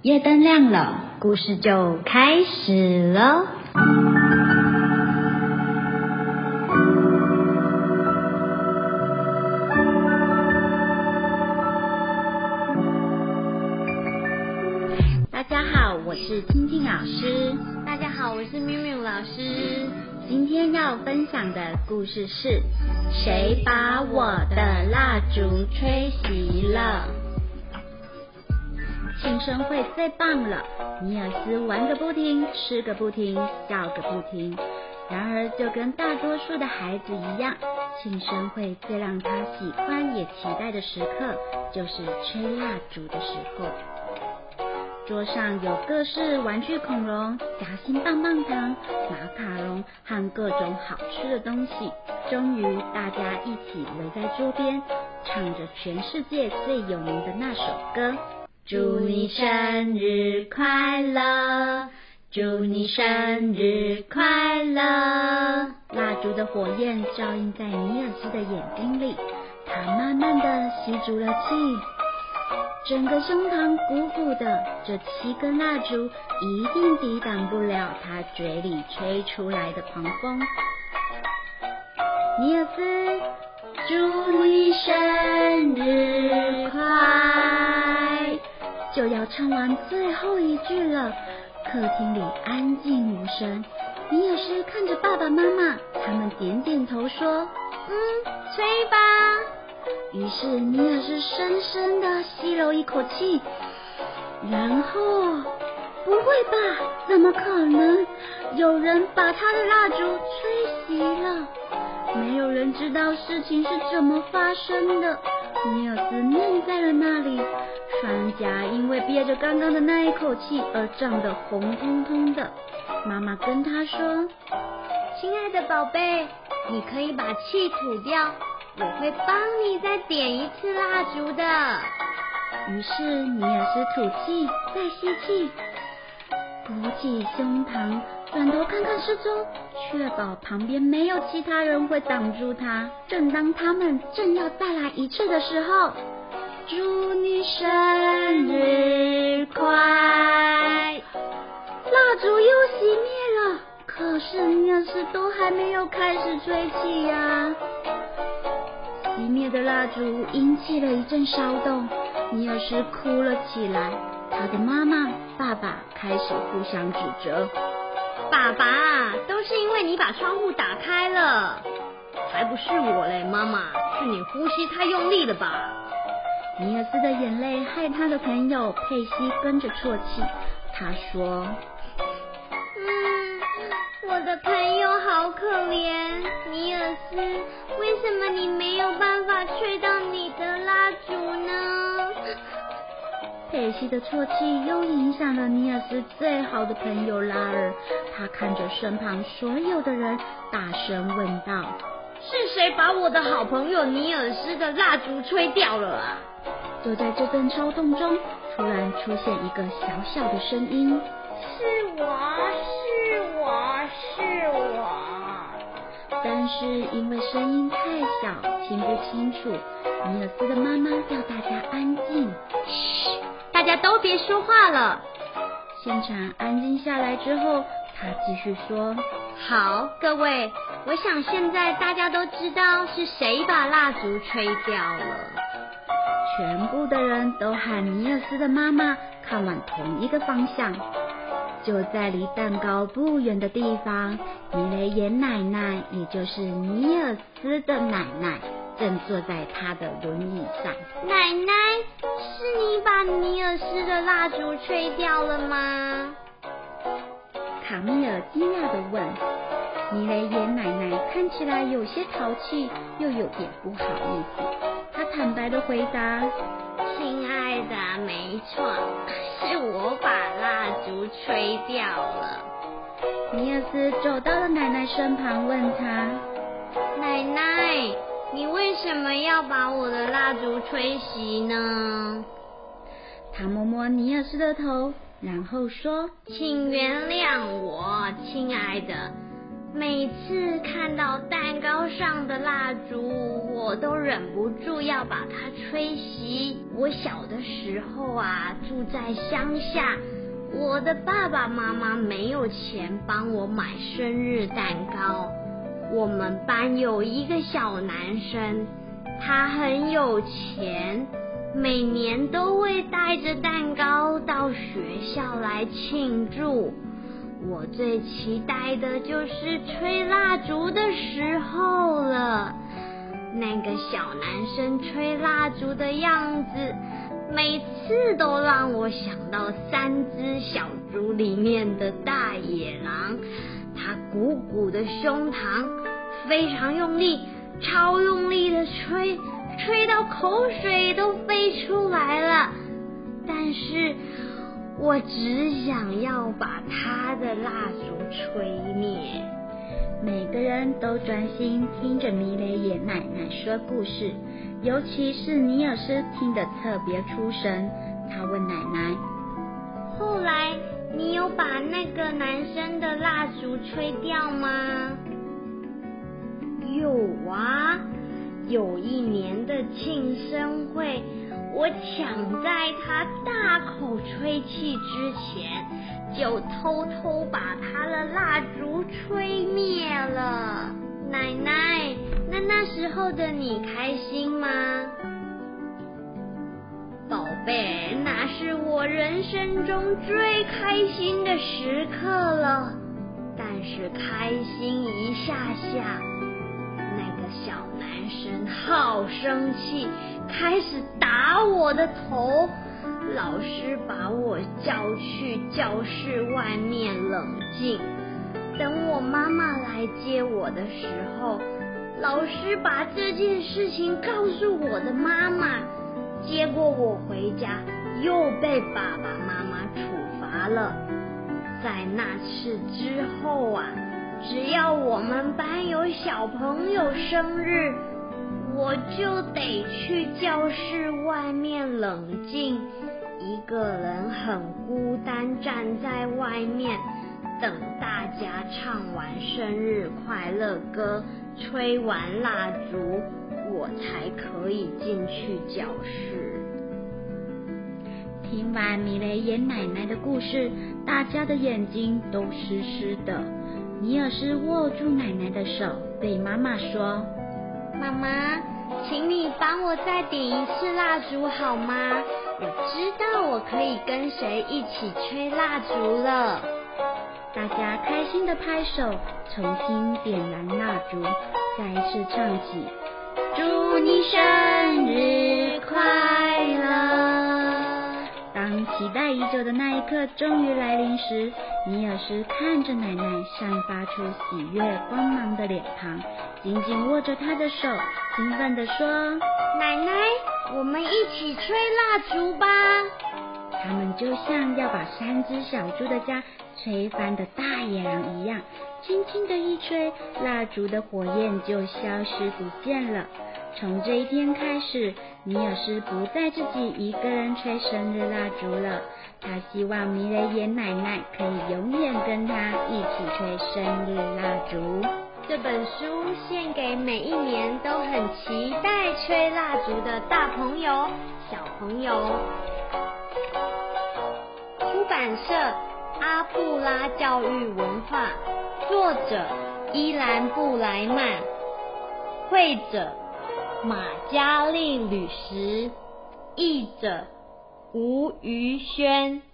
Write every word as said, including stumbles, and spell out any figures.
夜灯亮了，故事就开始了。大家好，我是青青老师。 大家好，我是咪咪老师。 今天要分享的故事是谁把我的蜡烛吹熄了？庆生会最棒了，尼尔斯玩个不停，吃个不停，笑个不停。然而就跟大多数的孩子一样，庆生会最让他喜欢也期待的时刻就是吹蜡烛的时候。桌上有各式玩具恐龙、夹心棒棒糖、马卡龙和各种好吃的东西。终于大家一起围在桌边，唱着全世界最有名的那首歌，祝你生日快乐，祝你生日快乐。蜡烛的火焰照映在尼尔斯的眼睛里，他慢慢地吸足了气，整个胸膛鼓鼓的，这七根蜡烛一定抵挡不了他嘴里吹出来的狂风。尼尔斯，祝你生日快！就要唱完最后一句了，客厅里安静无声。尼尔斯看着爸爸妈妈，他们点点头说：“ 嗯，吹吧。” 于是尼尔斯深深地吸了一口气，然后，不会吧？怎么可能？有人把他的蜡烛吹熄了。没有人知道事情是怎么发生的。尼尔斯愣在了那里，双颊因为憋着刚刚的那一口气而胀得红彤彤的。妈妈跟他说：“ 亲爱的宝贝，你可以把气吐掉，我会帮你再点一次蜡烛的。” 于是尼尔斯吐气，再吸气，鼓起胸膛，转头看看四周，确保旁边没有其他人会挡住他。正当他们正要再来一次的时候，祝你生日快！蜡烛又熄灭了，可是尼尔斯都还没有开始吹气呀、啊。熄灭的蜡烛引起了一阵骚动，尼尔斯哭了起来。他的妈妈、爸爸开始互相指责：“ 爸爸，都是因为你把窗户打开了。”“ 才不是我嘞，妈妈，是你呼吸太用力了吧？” 尼尔斯的眼泪害他的朋友佩西跟着啜泣。他说：“ 嗯，我的朋友好可怜，尼尔斯，为什么你没有办法吹到你的蜡烛呢？” 佩西的啜泣又影响了尼尔斯最好的朋友拉尔，他看着身旁所有的人，大声问道：“ 是谁把我的好朋友尼尔斯的蜡烛吹掉了啊？” 就在这阵骚动中，突然出现一个小小的声音：“ 是我，是我，是我。” 但是因为声音太小，听不清楚，尼尔斯的妈妈要大家安静。 嘘，大家都别说话了。 现场安静下来之后，他继续说：“ 好，各位，我想现在大家都知道是谁把蜡烛吹掉了。” 全部的人都和尼尔斯的妈妈看往同一个方向。就在离蛋糕不远的地方，米雷耶奶奶，也就是尼尔斯的奶奶，正坐在她的轮椅上。 “奶奶，是你把尼尔斯的蜡烛吹掉了吗？” 卡米尔惊讶地问。米雷耶奶奶看起来有些淘气，又有点不好意思。她坦白地回答：“ 亲爱的，没错，是我把蜡烛吹掉了。” 尼尔斯走到了奶奶身旁，问她：“ 奶奶，你为什么要把我的蜡烛吹熄呢？” 她摸摸尼尔斯的头，然后说：“ 请原谅我，亲爱的， 每次看到蛋糕上的蜡烛，我都忍不住要把它吹熄。我小的时候啊，住在乡下，我的爸爸妈妈没有钱帮我买生日蛋糕。我们班有一个小男生，他很有钱，每年都会带着蛋糕到学校来庆祝。我最期待的就是吹蜡烛的时候了。那个小男生吹蜡烛的样子，每次都让我想到三只小猪里面的大野狼。他鼓鼓的胸膛，非常用力，超用力的吹，吹到口水都飞出来了。但是我只想要把他的蜡烛吹灭。 每个人都专心听着米雷爷奶奶说故事，尤其是尼尔斯听得特别出神。他问奶奶： 后来你有把那个男生的蜡烛吹掉吗？有啊，有一年的庆生会，我抢在他大口吹气之前，就偷偷把他的蜡烛吹灭了。奶奶，那那时候的你开心吗？宝贝，那是我人生中最开心的时刻了。但是开心一下下，那个小男生好生气，开始打我的头。老师把我叫去教室外面冷静。等我妈妈来接我的时候，老师把这件事情告诉我的妈妈。结果我回家又被爸爸妈妈处罚了。在那次之后啊，只要我们班有小朋友生日，我就得去教室外面冷静，一个人很孤单站在外面，等大家唱完生日快乐歌，吹完蜡烛，我才可以进去教室。 听完米雷爷奶奶的故事，大家的眼睛都湿湿的。尼尔斯握住奶奶的手，对妈妈说： 妈妈，请你帮我再点一次蜡烛好吗？我知道我可以跟谁一起吹蜡烛了。 大家开心的拍手，重新点燃蜡烛，再一次唱起祝你生日快乐。当期待已久的那一刻终于来临时，尼尔斯看着奶奶散发出喜悦光芒的脸庞，紧紧握着她的手，兴奋地说： 奶奶，我们一起吹蜡烛吧。 他们就像要把三只小猪的家吹翻的大野狼一样，轻轻的一吹，蜡烛的火焰就消失不见了。从这一天开始，尼尔斯不再自己一个人吹生日蜡烛了，他希望米雷爷奶奶可以永远跟他一起吹生日蜡烛。 这本书献给每一年都很期待吹蜡烛的大朋友、小朋友。出版社阿布拉教育文化，作者伊兰布莱曼，绘者马嘉丽吕什，译者吴于轩。